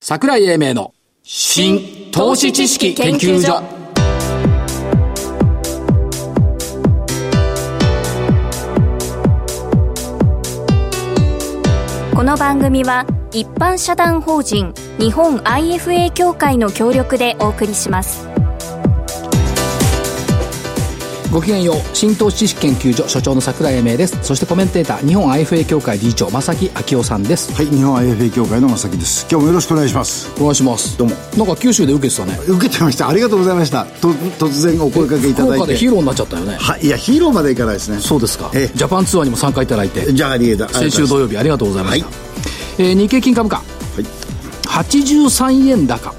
櫻井英明の新投資知識研究所。 この番組は一般社団法人日本 IFA 協会の協力でお送りします。 ごきげんよう。新投資知識研究所所長の櫻井英明です。そしてコメンテーター、日本 IFA 協会理事長正木昭夫さんです。 はい、日本 IFA 協会の正木です。今日もよろしくお願いします。 お願いします。 どうも。 なんか九州で受けてたね。 受けてました。ありがとうございました。突然お声かけいただいて。 福岡でヒーローになっちゃったよね。 はい、いやヒーローまでいかないですね。 そうですか。ジャパンツアーにも参加いただいて。 じゃあありがとう。 先週土曜日ありがとうございました。 はい、 日経金株価、はい、83円高、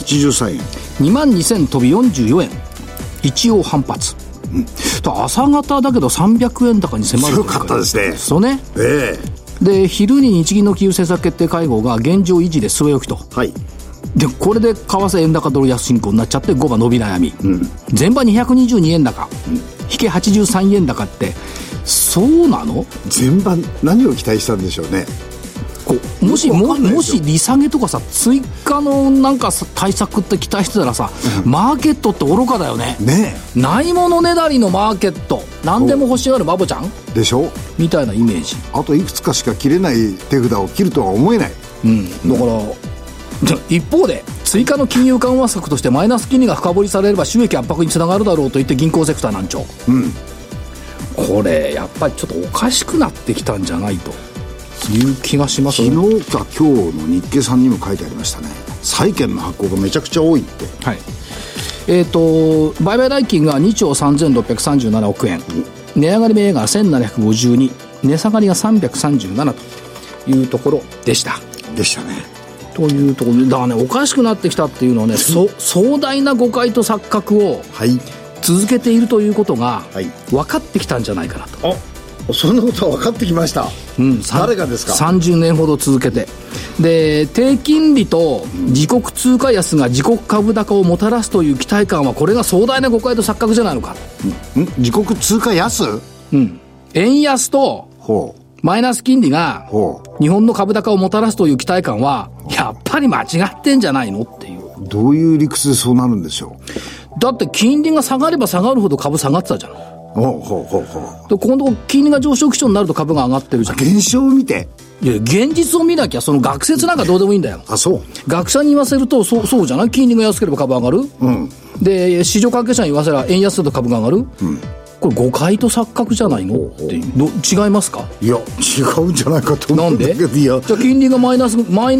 83円 22,000 飛び44円、一応反発、朝方だけど300円高に迫る。 強かったですね。 そうね。で昼に日銀の金融政策決定会合が現状維持で据え置きと、はい、でこれで為替円高ドル安進行になっちゃって5番伸び悩み、前場222円高、引け83円高って、そうなの？ 前場何を期待したんでしょうね。 もし利下げとかさ、追加のなんか対策って期待してたらさ、マーケットって愚かだよね。ないものねだりのマーケット、何でも欲しがるバボちゃんでしょみたいなイメージ。 あといくつかしか切れない手札を切るとは思えない。 だから一方で追加の金融緩和策としてマイナス金利が深掘りされれば収益圧迫につながるだろうと言って銀行セクター難聴、これやっぱりちょっとおかしくなってきたんじゃないという気がしますね。 昨日か今日の日経さんにも書いてありましたね。債券の発行がめちゃくちゃ多いって。 はい。売買代金が2兆3637億円、値上がり銘柄1752、値下がりが337というところでしたね。というところで、だからね、おかしくなってきたっていうのはね、壮大な誤解と錯覚を続けているということが分かってきたんじゃないかなと。 そんなことは分かってきました。誰がですか ？30年ほど続けて。で、低金利と自国通貨安が自国株高をもたらすという期待感は、これが壮大な誤解と錯覚じゃないのか。 自国通貨安？ 円安とマイナス金利が日本の株高をもたらすという期待感はやっぱり間違ってんじゃないのっていう。 どういう理屈でそうなるんでしょう。だって金利が下がれば下がるほど株下がってたじゃん。で今度金利が上昇基調になると株が上がってるじゃん。 現象を見て。 いや、現実を見なきゃ、その学説なんかどうでもいいんだよ。 そう。 学者に言わせるとそうじゃない。金利が安ければ株上がる、で市場関係者に言わせれば円安すると株が上がる、これ誤解と錯覚じゃないのっていう。違いますか？いや違うんじゃないかと思うんだけど。 じゃあ金利がマイナス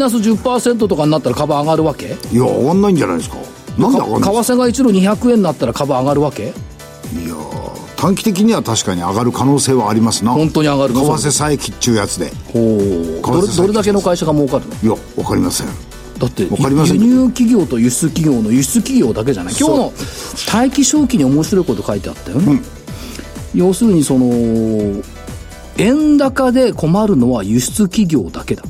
10% とかになったら株上がるわけ？ いや上がんないんじゃないですか。なんで上がるんですか？ 為替が1ドル200円になったら株上がるわけ？ いや短期的には確かに上がる可能性はありますな。 本当に上がるの？ 為替差益っちゅうやつで。 どれだけの会社が儲かるの？ いや分かりません。 だって輸入企業と輸出企業の輸出企業だけじゃない。今日の待機正期に面白いこと書いてあったよね。要するにその円高で困るのは輸出企業だけだ。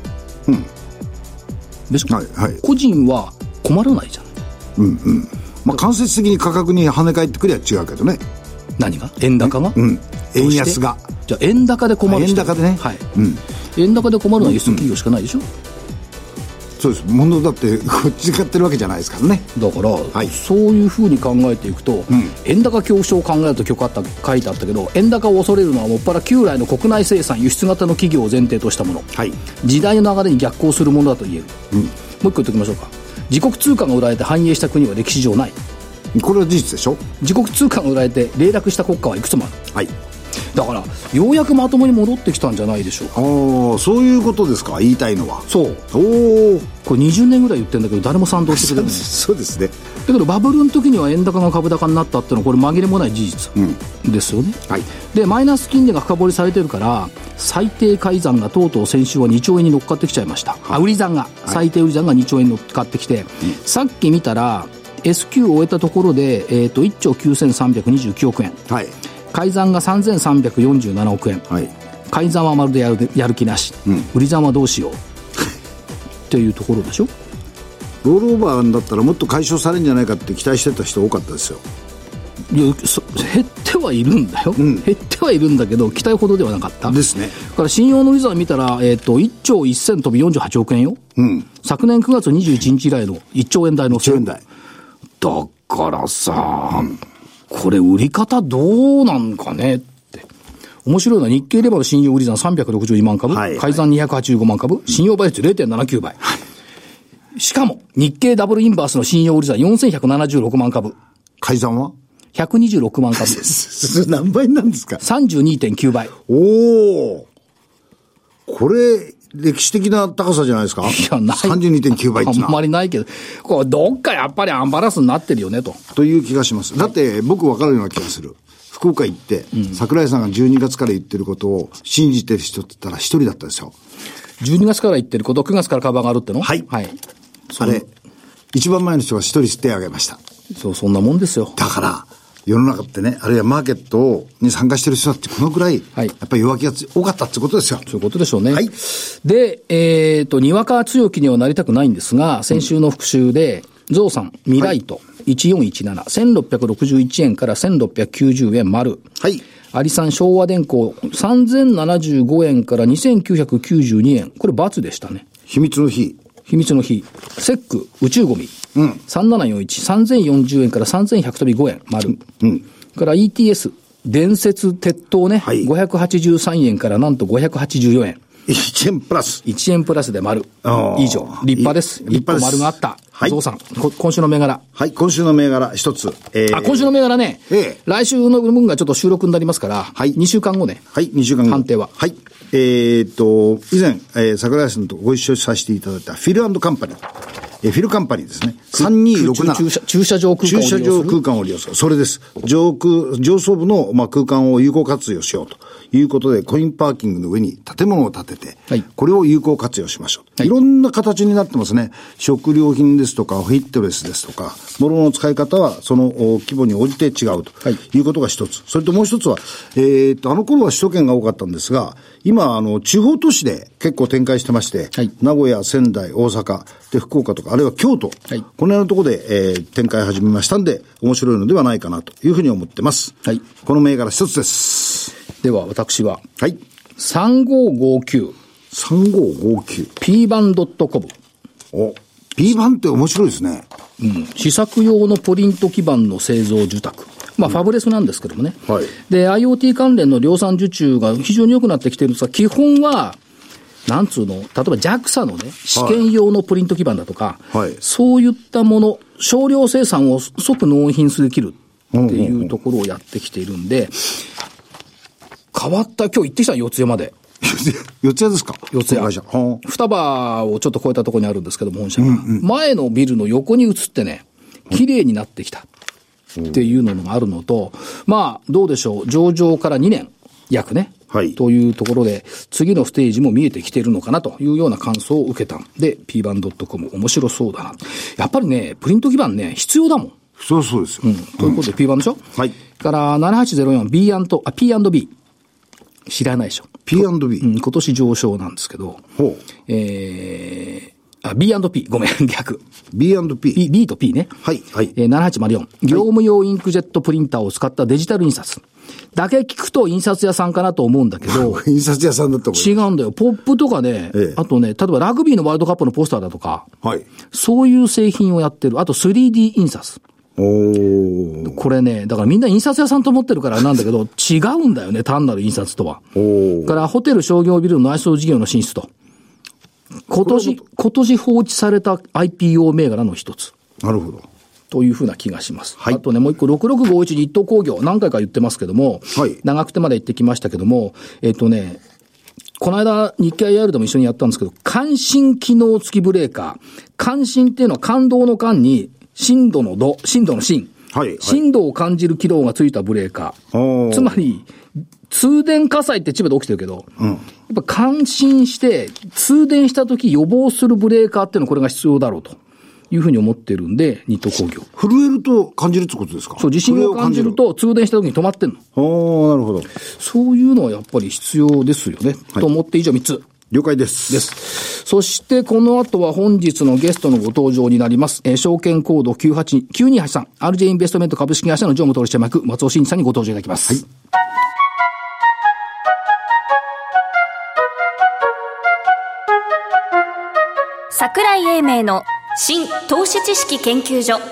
でしょ、個人は困らないじゃない。 間接的に価格に跳ね返ってくりゃ違うけどね。 何が？円高が？ 円安が。 じゃあ円高で困る人。 円高でね。 円高で困るのは輸出企業しかないでしょ。 そうです。物だってこっち買ってるわけじゃないですからね。 だから、そういうふうに考えていくと、円高恐怖症を考えると書いてあったけど、円高を恐れるのはもっぱら旧来の国内生産輸出型の企業を前提としたもの、時代の流れに逆行するものだと言える。もう一個言っておきましょうか。自国通貨が売られて繁栄した国は歴史上ない。 これは事実でしょ。 自国通貨が売られて霊落した国家はいくつもある。だからようやくまともに戻ってきたんじゃないでしょうか。 そういうことですか、言いたいのは。 そう。これ20年ぐらい言ってるんだけど誰も賛同してくれない。 そうですね。 だけどバブルの時には円高が株高になったっていうのはこれ紛れもない事実ですよね。でマイナス金利が深掘りされてるから最低改ざんがとうとう先週は2兆円に乗っかってきちゃいました。売り算が、最低売り算が2兆円に乗っかってきて、さっき見たら S q を終えたところで、1兆9329億円、改ざんが3347億円、改ざんはまるでやる気なし、売り算はどうしようっていうところでしょ。 ロールオーバーだったらもっと解消されるんじゃないかって期待してた人多かったですよ。 いや減ってはいるんだよ、減ってはいるんだけど、期待ほどではなかった。 ですね。 だから信用の利ざ見たら、1兆1000飛び48億円よ。昨年9月21日以来の1兆円台の。 1兆円台。 だからさ、これ売り方どうなんかねって。面白いのは日経レバーの信用売り算362万株、改ざん285万株、信用倍率 0.79 倍。しかも、日経ダブルインバースの信用売り算4176万株。 改ざんは 126万株。 何倍なんですか？ 32.9 倍。 おー。これ、歴史的な高さじゃないですか？いや、ない。 32.9 倍ってのは。 あんまりないけど、これどっかやっぱりアンバランスになってるよねと。 という気がします。だって僕分かるような気がする。福岡行って、桜井さんが12月から言ってることを信じてる人って言ったら一人だったですよ。 12月から言ってること、9月から株上がるっての？ はい。 はい。 あれ、一番前の人が一人手を挙げました。 そんなもんですよ。 だから、世の中ってね、あるいはマーケットに参加してる人だってこのくらい、やっぱり弱気が多かったってことですよ。 そういうことでしょうね。 はい。 で、にわか強気にはなりたくないんですが、先週の復習で、ゾウさん、ミライト、1417、1661円から1690円丸。 はい。 アリさん、昭和電工、3075円から2992円。これ×でしたね。 秘密の日。 秘密の日。セック、宇宙ゴミ。3741、3040円から3100飛び5円、丸。から ETS、伝説鉄塔ね。583円からなんと584円。 1円プラス。 1円プラスで丸。以上。立派です。 立派です。 丸があった。ゾウさん、今週の銘柄。 はい、今週の銘柄一つ。 今週の銘柄ね。来週の分がちょっと収録になりますから、2週間後ね。 はい、2週間後。 判定は。 はい。以前、桜井さんとご一緒させていただいたフィル&カンパニー。フィルカンパニーですね。3267。 駐車場空間を利用する。 駐車場空間を利用する。それです。上層部の、空間を有効活用しようということで、コインパーキングの上に建物を建てて、これを有効活用しましょう。いろんな形になってますね。食料品ですとか、フィットネスですとか、物の使い方はその規模に応じて違うということが一つ。それともう一つは、あの頃は首都圏が多かったんですが、今、地方都市で結構展開してまして、名古屋、仙台、大阪、で、福岡とか、あるいは京都、この辺のところで、展開始めましたんで、面白いのではないかなというふうに思ってます。この銘柄一つです。 では、私は、 3559。 P バン.com。 お、P バンって面白いですね。 試作用のポリント基板の製造受託。ファブレスなんですけどもね。で、IoT 関連の量産受注が非常に良くなってきてるんですが、基本は、なんつうの、例えば JAXA のね、試験用のプリント基板だとか、そういったもの、少量生産を即納品できるっていうところをやってきているんで、変わった、今日行ってきた四谷まで。 四谷ですか？ 四谷。双葉をちょっと超えたところにあるんですけども、本社が。前のビルの横に移ってね、綺麗になってきたっていうのがあるのと、どうでしょう、上場から2年、約ね。というところで、次のステージも見えてきているのかなというような感想を受けたんで、P バン.com 面白そうだな。やっぱりね、プリント基板ね、必要だもん。 そうですよ。 ということで P バンでしょ？から、7804 P&B。知らないでしょ。 P&B。 今年上昇なんですけど。B&P、ごめん、逆。 B&P。 B と P ね。7804。業務用インクジェットプリンターを使ったデジタル印刷。だけ聞くと印刷屋さんかなと思うんだけど。 印刷屋さんだと思う。 違うんだよ。ポップとかね、あとね、例えばラグビーのワールドカップのポスターだとか。そういう製品をやってる。あと 3D 印刷。これね、だからみんな印刷屋さんと思ってるからなんだけど、違うんだよね、単なる印刷とは。からホテル商業ビルの内装事業の進出と。今年放置された IPO 銘柄の一つ。 なるほど。 というふうな気がします。あとね、もう一個、6651日東工業、何回か言ってますけども、長くてまで言ってきましたけども、この間、日経 IR でも一緒にやったんですけど、感震機能付きブレーカー。感震っていうのは感動の感に、震度の震。震度を感じる機能がついたブレーカー。つまり、通電火災って千葉で起きてるけど、やっぱ感震して、通電した時予防するブレーカーっていうのはこれが必要だろうというふうに思ってるんで、日東工業。 震えると感じるってことですか？ そう、地震を感じると通電した時に止まってんの。 なるほど。 そういうのはやっぱり必要ですよね。と思って以上3つ。 了解です。 そしてこの後は本日のゲストのご登場になります。証券コード9283 RJ インベストメント株式会社の常務取締役松尾真一さんにご登場いただきます。 櫻井英明の新投資知識研究所。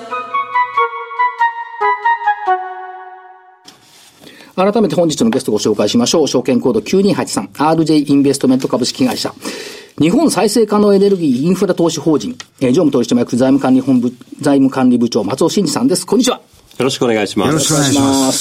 改めて本日のゲストをご紹介しましょう。証券コード 9283 RJ インベストメント株式会社日本再生可能エネルギーインフラ投資法人常務取締役財務管理部長松尾真二さんです。こんにちは。 よろしくお願いします。 よろしくお願いします。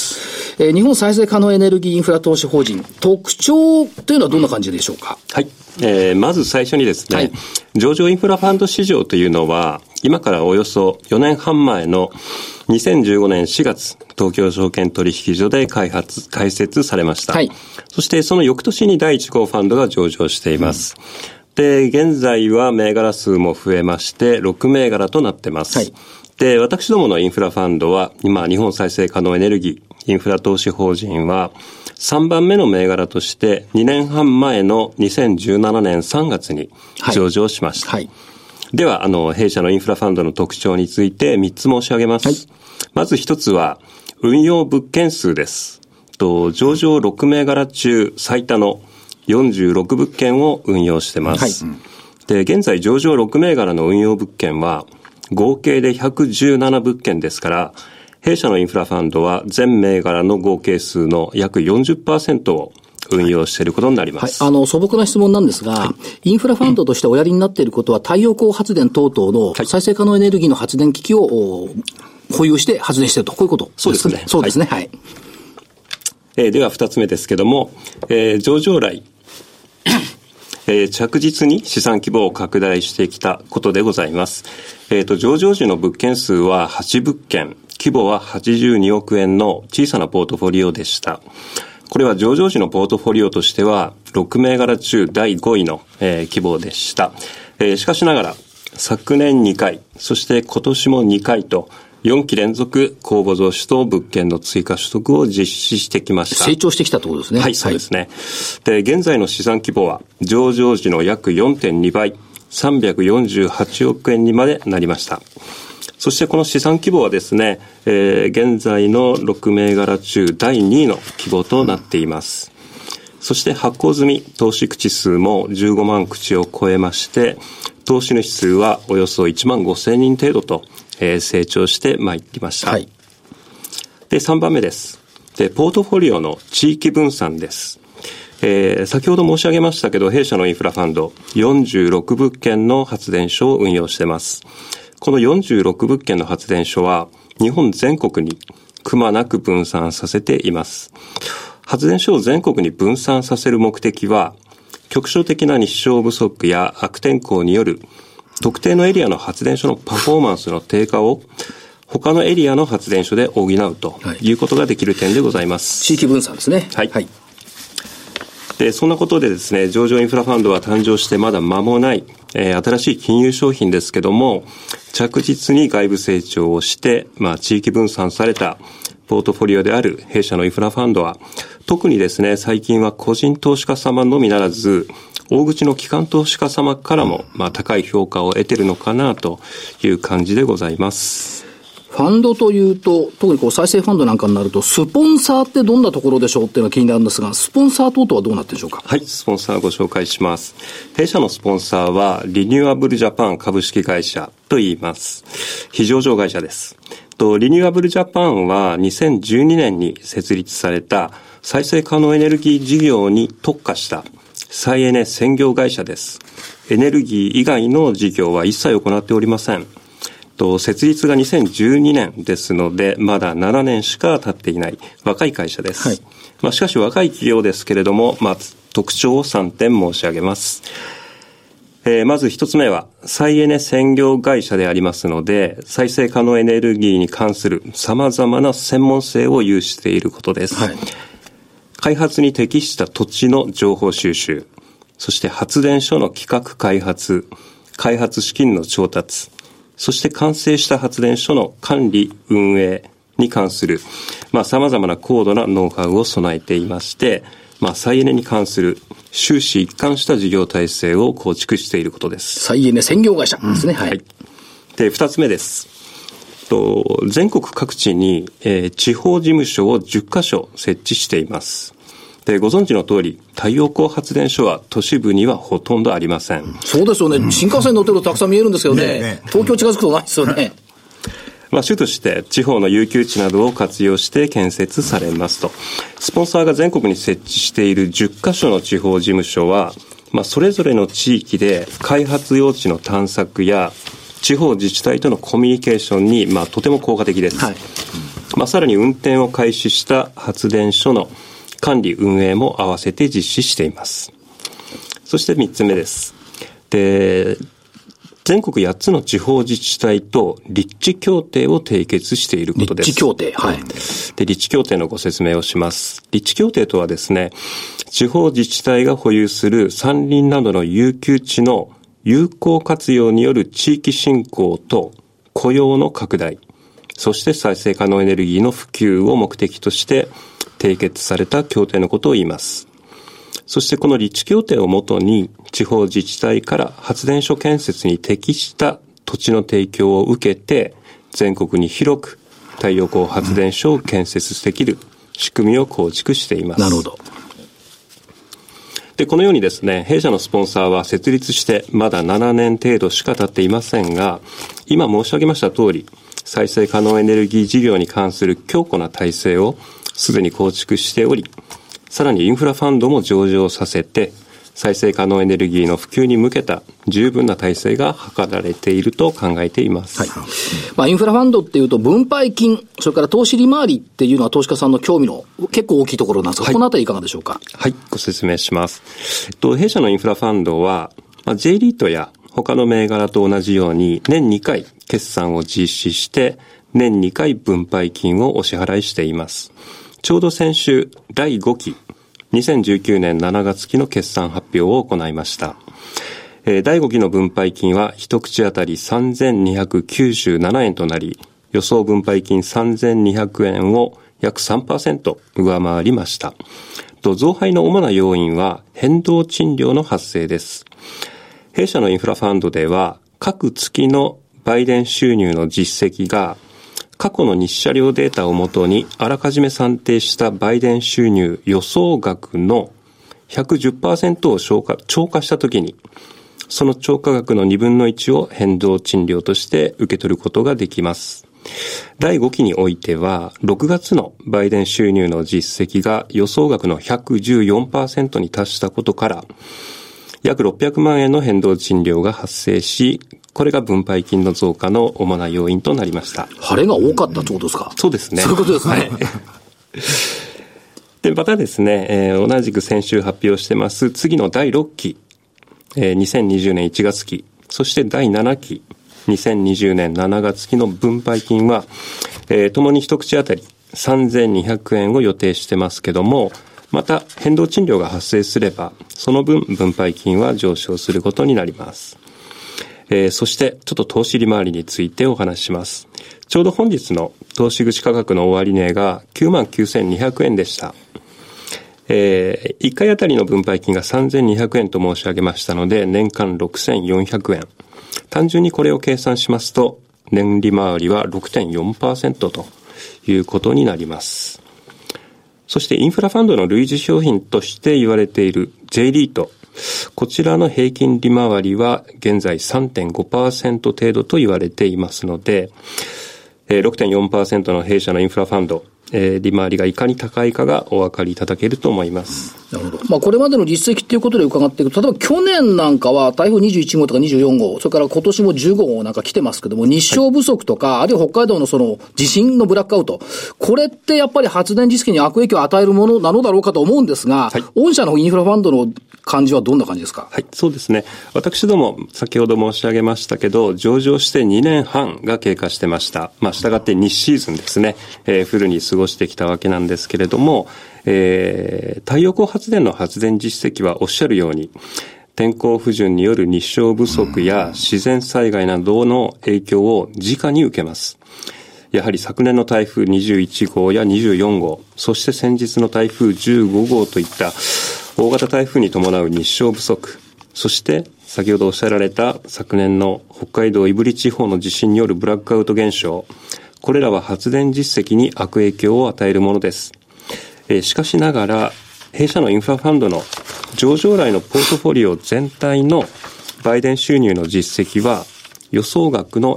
日本再生可能エネルギーインフラ投資法人、特徴というのはどんな感じでしょうか。 はい。まず最初にですね、 はい、 上場インフラファンド市場というのは、今からおよそ4年半前の2015年4月、東京証券取引所で開設されました。はい、そしてその翌年に第1号ファンドが上場しています。で、現在は銘柄数も増えまして、6銘柄となっています。はい、で、私どものインフラファンドは、今、日本再生可能エネルギーインフラ投資法人は、3番目の銘柄として、2年半前の2017年3月に上場しました。はいはい、では、弊社のインフラファンドの特徴について3つ申し上げます。はい、まず1つは、運用物件数です。上場6銘柄中最多の46物件を運用しています。はい、で、現在上場6銘柄の運用物件は、合計で117物件ですから、弊社のインフラファンドは全銘柄の合計数の約 40% を運用していることになります。 はい、素朴な質問なんですが、はい、インフラファンドとしておやりになっていることは、太陽光発電等々の再生可能エネルギーの発電機器を保有して発電していると、こういうことですね。 そうですね。 そうですね。はい。 では2つ目ですけども、上場来、着実に資産規模を拡大してきたことでございます。上場時の物件数は8物件、規模は82億円の小さなポートフォリオでした。これは上場時のポートフォリオとしては6銘柄中第5位の、規模でした。しかしながら昨年2回、そして今年も2回と4期連続公募増資と物件の追加取得を実施してきました。 成長してきたところですね。 はい、そうですね。で、現在の資産規模は上場時の約 4.2 倍、348億円にまでなりました。そしてこの資産規模はですね、現在の6銘柄中第2位の規模となっています。そして発行済み投資口数も15万口を超えまして、投資主数はおよそ1万5000人程度と、成長してまいりました。はい、で、3番目です。で、ポートフォリオの地域分散です。先ほど申し上げましたけど、弊社のインフラファンド46物件の発電所を運用しています。この46物件の発電所は日本全国にくまなく分散させています。発電所を全国に分散させる目的は、局所的な日照不足や悪天候による特定のエリアの発電所のパフォーマンスの低下を他のエリアの発電所で補うということができる点でございます。 地域分散ですね。 はい。はい、で、そんなことでですね、上場インフラファンドは誕生してまだ間もない、新しい金融商品ですけども、着実に外部成長をして、地域分散されたポートフォリオである弊社のインフラファンドは、特にですね、最近は個人投資家様のみならず、大口の機関投資家様からも、高い評価を得ているのかなという感じでございます。 ファンドというと、特に再生ファンドなんかになると、スポンサーってどんなところでしょうっていうのが気になるんですが、スポンサー等々はどうなってるでしょうか。 はい、スポンサーをご紹介します。弊社のスポンサーは、リニューアブルジャパン株式会社と言います。非上場会社です。リニューアブルジャパンは2012年に設立された再生可能エネルギー事業に特化した再エネ専業会社です。エネルギー以外の事業は一切行っておりません。設立が2012年ですので、まだ7年しか経っていない若い会社です。はい、しかし若い企業ですけれども、特徴を3点申し上げます。まず一つ目は、再エネ専業会社でありますので、再生可能エネルギーに関する様々な専門性を有していることです。はい、開発に適した土地の情報収集、そして発電所の企画開発、開発資金の調達、そして完成した発電所の管理運営に関する、様々な高度なノウハウを備えていまして、再エネに関する終始一貫した事業体制を構築していることです。 再エネ専業会社ですね。はい。 で、二つ目です。全国各地に、地方事務所を10カ所設置しています。 で、ご存知の通り、太陽光発電所は都市部にはほとんどありません。 そうですよね。新幹線乗ってるとたくさん見えるんですけどね。東京近づくとないですよね。 主として地方の有給地などを活用して建設されますと。スポンサーが全国に設置している10カ所の地方事務所は、それぞれの地域で開発用地の探索や地方自治体とのコミュニケーションに、とても効果的です。はい。さらに運転を開始した発電所の管理運営も合わせて実施しています。そして3つ目です。で、全国8つの地方自治体と立地協定を締結していることです。 立地協定。はい。 で、立地協定のご説明をします。立地協定とはですね、地方自治体が保有する山林などの有給地の有効活用による地域振興と雇用の拡大、そして再生可能エネルギーの普及を目的として締結された協定のことを言います。そしてこの立地協定をもとに地方自治体から発電所建設に適した土地の提供を受けて全国に広く太陽光発電所を建設できる仕組みを構築しています。 なるほど。 で、このようにですね、弊社のスポンサーは設立してまだ7年程度しか経っていませんが、今申し上げました通り、再生可能エネルギー事業に関する強固な体制をすでに構築しており、さらにインフラファンドも上場させて、再生可能エネルギーの普及に向けた十分な体制が図られていると考えています。 はい。インフラファンドっていうと分配金、それから投資利回りっていうのは投資家さんの興味の結構大きいところなんですが、はい、このあたりいかがでしょうか。 はい、ご説明します。弊社のインフラファンドは、J リートや他の銘柄と同じように年2回決算を実施して年2回分配金をお支払いしています。ちょうど先週第5期2019年7月期の決算発表を行いました。第5期の分配金は一口当たり3297円となり、予想分配金3200円を約 3% 上回りました。増配の主な要因は変動賃料の発生です。弊社のインフラファンドでは各月の売電収入の実績が過去の日射量データをもとにあらかじめ算定した売電収入予想額の 110% を超過したときに、その超過額の2分の1を変動賃料として受け取ることができます。第5期においては、6月の売電収入の実績が予想額の 114% に達したことから、約600万円の変動賃料が発生し、これが分配金の増加の主な要因となりました。 晴れが多かったってことですか。 そうですね。 そういうことですね。はい、 で、またですね、同じく先週発表してます次の第6期、2020年1月期、そして第7期、2020年7月期の分配金は、ともに一口当たり3200円を予定してますけども、また変動賃料が発生すれば、その分分配金は上昇することになります。そしてちょっと投資利回りについてお話しします。ちょうど本日の投資口価格の終値が 99,200 円でした。1回あたりの分配金が3,200円と申し上げましたので、年間 6,400 円。単純にこれを計算しますと、年利回りは 6.4% ということになります。そしてインフラファンドの類似商品として言われている J リート。こちらの平均利回りは現在 3.5% 程度と言われていますので、6.4% の弊社のインフラファンド、利回りがいかに高いかがお分かりいただけると思います。 なるほど。これまでの実績ということで伺っていくと、例えば去年なんかは台風21号とか24号、それから今年も15号なんか来てますけども、日照不足とか、はい、あるいは北海道のその地震のブラックアウト、これってやっぱり発電実績に悪影響を与えるものなのだろうかと思うんですが、はい、御社のインフラファンドの感じはどんな感じですか。 はい、そうですね。私ども先ほど申し上げましたけど、上場して2年半が経過してました。従って2シーズンですね、フルに過ごしてきたわけなんですけれども、太陽光発電の発電実績はおっしゃるように、天候不順による日照不足や自然災害などの影響を直に受けます。やはり昨年の台風21号や24号、そして先日の台風15号といった大型台風に伴う日照不足、そして先ほどおっしゃられた昨年の北海道胆振地方の地震によるブラックアウト現象、これらは発電実績に悪影響を与えるものです。しかしながら弊社のインフラファンドの上場来のポートフォリオ全体の売電収入の実績は予想額の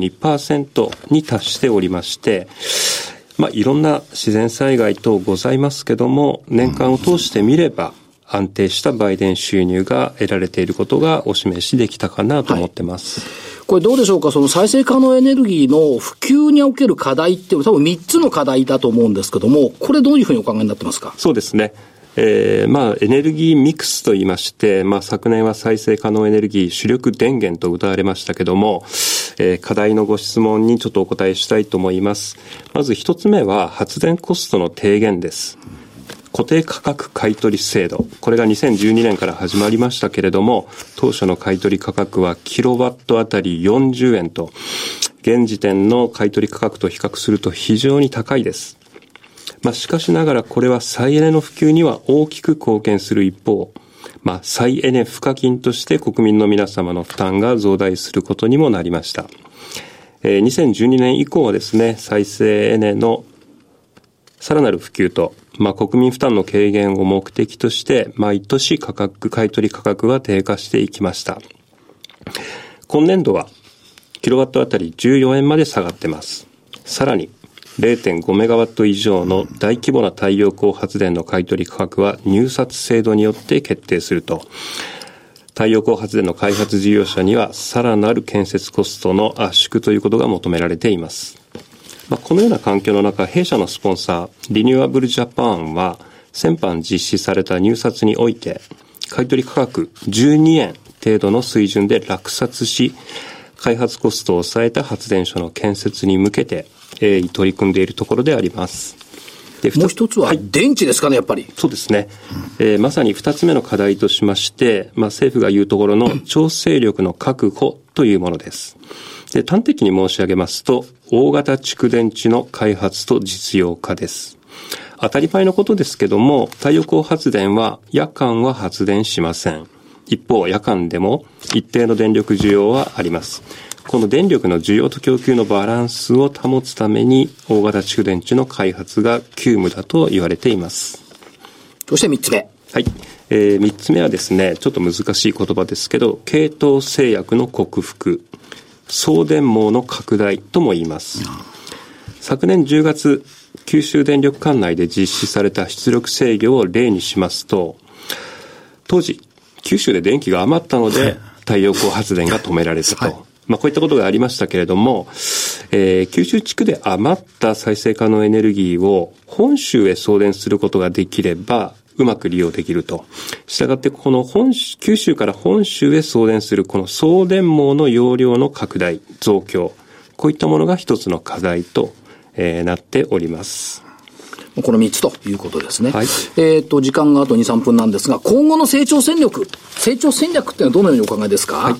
102% に達しておりまして、いろんな自然災害等ございますけども、年間を通してみれば安定した売電収入が得られていることがお示しできたかなと思ってます。 これどうでしょうか、その再生可能エネルギーの普及における課題っていうのは多分3つの課題だと思うんですけども、これどういうふうにお考えになってますか？そうですね。 エネルギーミックスと言いまして、昨年は再生可能エネルギー主力電源と謳われましたけども、課題のご質問にちょっとお答えしたいと思います。まず一つ目は発電コストの低減です。固定価格買取制度。これが2012年から始まりましたけれども、当初の買取価格はキロワットあたり40円と、現時点の買取価格と比較すると非常に高いです。しかしながらこれは再エネの普及には大きく貢献する一方、再エネ賦課金として国民の皆様の負担が増大することにもなりました。2012年以降はですね、再生エネのさらなる普及と、国民負担の軽減を目的として、毎年買取価格は低下していきました。今年度は、キロワットあたり14円まで下がってます。さらに、0.5 メガワット以上の大規模な太陽光発電の買取価格は入札制度によって決定すると、太陽光発電の開発事業者にはさらなる建設コストの圧縮ということが求められています。このような環境の中、弊社のスポンサー、リニューアブルジャパンは、先般実施された入札において、買取価格12円程度の水準で落札し、開発コストを抑えた発電所の建設に向けて、取り組んでいるところであります。 で、もう一つは電池ですかね、やっぱり。 そうですね。まさに二つ目の課題としまして、政府が言うところの調整力の確保というものです。で、端的に申し上げますと、大型蓄電池の開発と実用化です。当たり前のことですけども、太陽光発電は夜間は発電しません。一方、夜間でも一定の電力需要はあります。この電力の需要と供給のバランスを保つために、大型蓄電池の開発が急務だと言われています。 そして3つ目。 はい。3つ目はですね、ちょっと難しい言葉ですけど、系統制約の克服、送電網の拡大とも言います。昨年10月、九州電力管内で実施された出力制御を例にしますと、当時、九州で電気が余ったので、太陽光発電が止められたと。はい、こういったことがありましたけれども、九州地区で余った再生可能エネルギーを本州へ送電することができれば、うまく利用できると。したがって、この九州から本州へ送電するこの送電網の容量の拡大、増強。こういったものが一つの課題と、なっております。 この3つということですね。 はい、 時間があと2、3分なんですが、今後の成長戦略っていうのはどのようにお考えですか？ はい、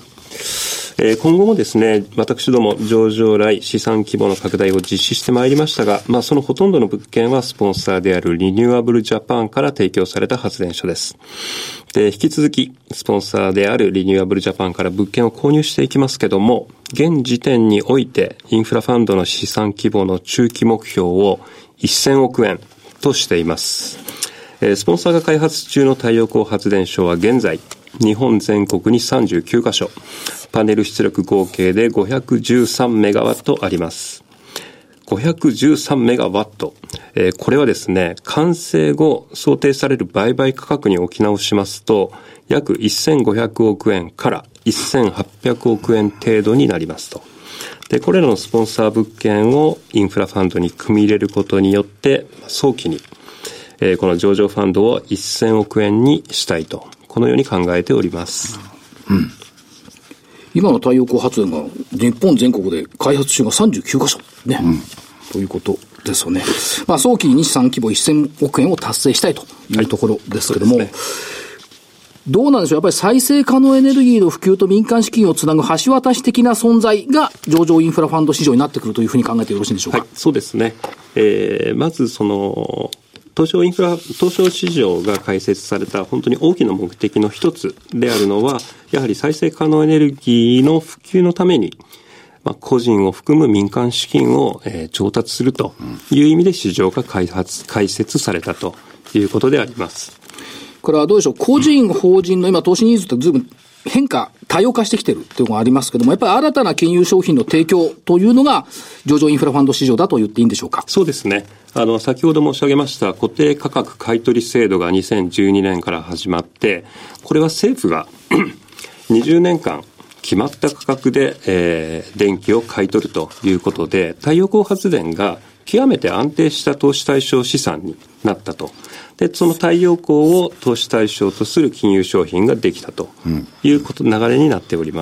今後もですね、私ども上場来資産規模の拡大を実施してまいりましたが、そのほとんどの物件はスポンサーであるリニューアブルジャパンから提供された発電所です。で、引き続きスポンサーであるリニューアブルジャパンから物件を購入していきますけども、現時点においてインフラファンドの資産規模の中期目標を1000億円としています。スポンサーが開発中の太陽光発電所は現在、日本全国に39カ所、パネル出力合計で513メガワットあります。513メガワット。これはですね、完成後想定される売買価格に置き直しますと、約1500億円から1800億円程度になりますと。で、これらのスポンサー物件をインフラファンドに組み入れることによって、早期に、この上場ファンドを1000億円にしたいと、このように考えております。 今の太陽光発電が日本全国で開発中が39カ所ね、ということですよね。早期に資産規模1000億円を達成したいというところですけども、はい、どうなんでしょう。やっぱり再生可能エネルギーの普及と民間資金をつなぐ橋渡し的な存在が上場インフラファンド市場になってくるというふうに考えてよろしいんでしょうか。 はい、そうですね。まず東証市場が開設された本当に大きな目的の一つであるのは、やはり再生可能エネルギーの普及のために、個人を含む民間資金を、調達するという意味で市場が開設されたということであります。 これはどうでしょう、個人、法人の今、投資ニーズってずいぶん変化、多様化してきてるっていうのがありますけども、やっぱり新たな金融商品の提供というのが、上場インフラファンド市場だと言っていいんでしょうか。 そうですね。先ほど申し上げました固定価格買取制度が2012年から始まって、これは政府が20年間決まった価格で、電気を買い取るということで、太陽光発電が極めて安定した投資対象資産になったと。で、その太陽光を投資対象とする金融商品ができたということ、流れになっております。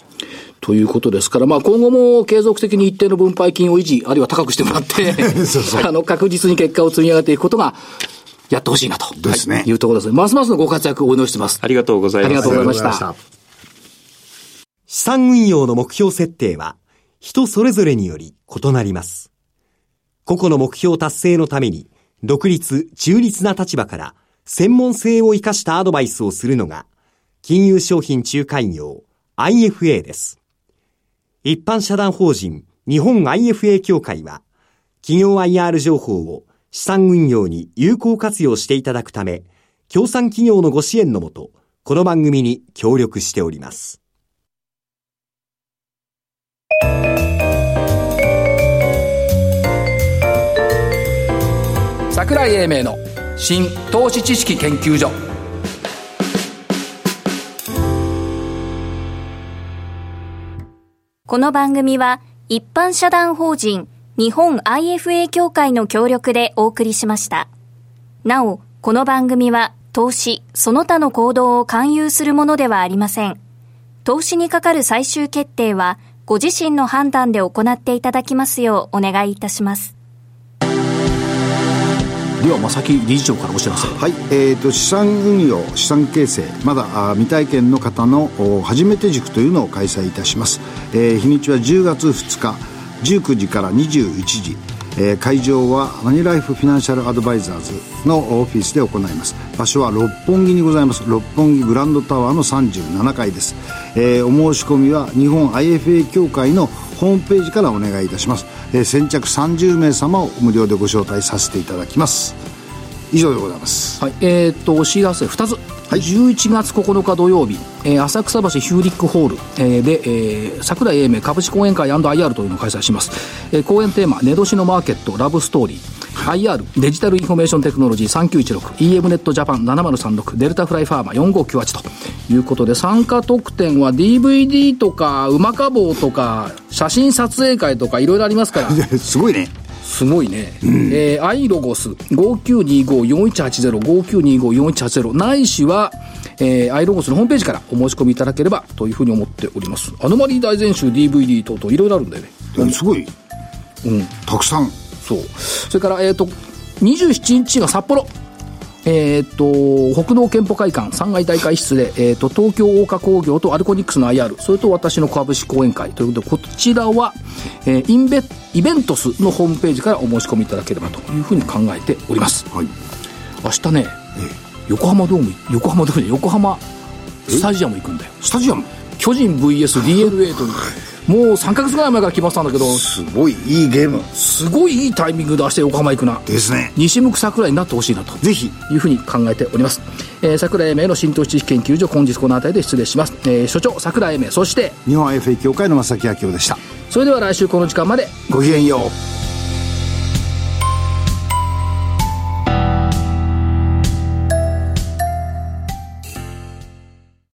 ということですから、今後も継続的に一定の分配金を維持、あるいは高くしてもらって、確実に結果を積み上げていくことが、やってほしいなと、 ですね、 いうところですね。ますますのご活躍をお祈りしています。 ありがとうございます。 ありがとうございました。 資産運用の目標設定は、人それぞれにより異なります。個々の目標達成のために、独立、中立な立場から、専門性を生かしたアドバイスをするのが、金融商品仲介業、IFA です。一般社団法人日本 IFA 協会は、企業 IR 情報を資産運用に有効活用していただくため、協賛企業のご支援のもと、この番組に協力しております。 櫻井英明の新投資知識研究所。 この番組は一般社団法人日本 IFA 協会の協力でお送りしました。なお、この番組は投資その他の行動を勧誘するものではありません。投資にかかる最終決定はご自身の判断で行っていただきますようお願いいたします。 では正木理事長からお知らせ。 はい、資産運用、資産形成、まだ未体験の方の初めて塾というのを開催いたします。日にちは10月2日19時から21時、会場はマニライフフィナンシャルアドバイザーズのオフィスで行います。場所は六本木にございます。六本木グランドタワーの37階です。お申し込みは日本 IFA 協会のホームページからお願いいたします。先着30名様を無料でご招待させていただきます。以上でございます。 はい、お知らせ2つ、はい、11月9日土曜日、浅草橋ヒューリックホール、で、櫻井英明株式講演会 &IR というのを開催します。講演テーマ、寝年のマーケットラブストーリー、IR デジタルインフォメーションテクノロジー3916 EM ネットジャパン7036デルタフライファーマ4598ということで、参加特典は DVD とか馬か棒とか写真撮影会とかいろいろありますからすごいね。 すごいね、アイロゴス 5925-4180 5925-4180 ないしは、アイロゴスのホームページからお申し込みいただければというふうに思っております。アノマリー大全集 DVD 等々いろいろあるんだよね。 すごい、たくさん。 そう。それから27日が札幌、北道憲法会館3階大会室で、東京大華工業とアルコニックスの IR、 それと私の株式講演会ということで、こちらは、イベントスのホームページからお申し込みいただければというふうに考えております。はい、明日ね、横浜スタジアム行くんだよ。 スタジアム、 巨人 VS DNA というもう3ヶ月ぐらい前から決まってたんだけど、 すごいいいゲーム、 すごいいいタイミングで明日横浜行くなですね。 西向く桜井になってほしいなとぜひいうふうに考えております。桜井英明の新投資知識研究所、本日この辺りで失礼します。所長桜井英明、そして日本 IFA 協会の正木明夫でした。 それでは来週この時間までごきげんよう。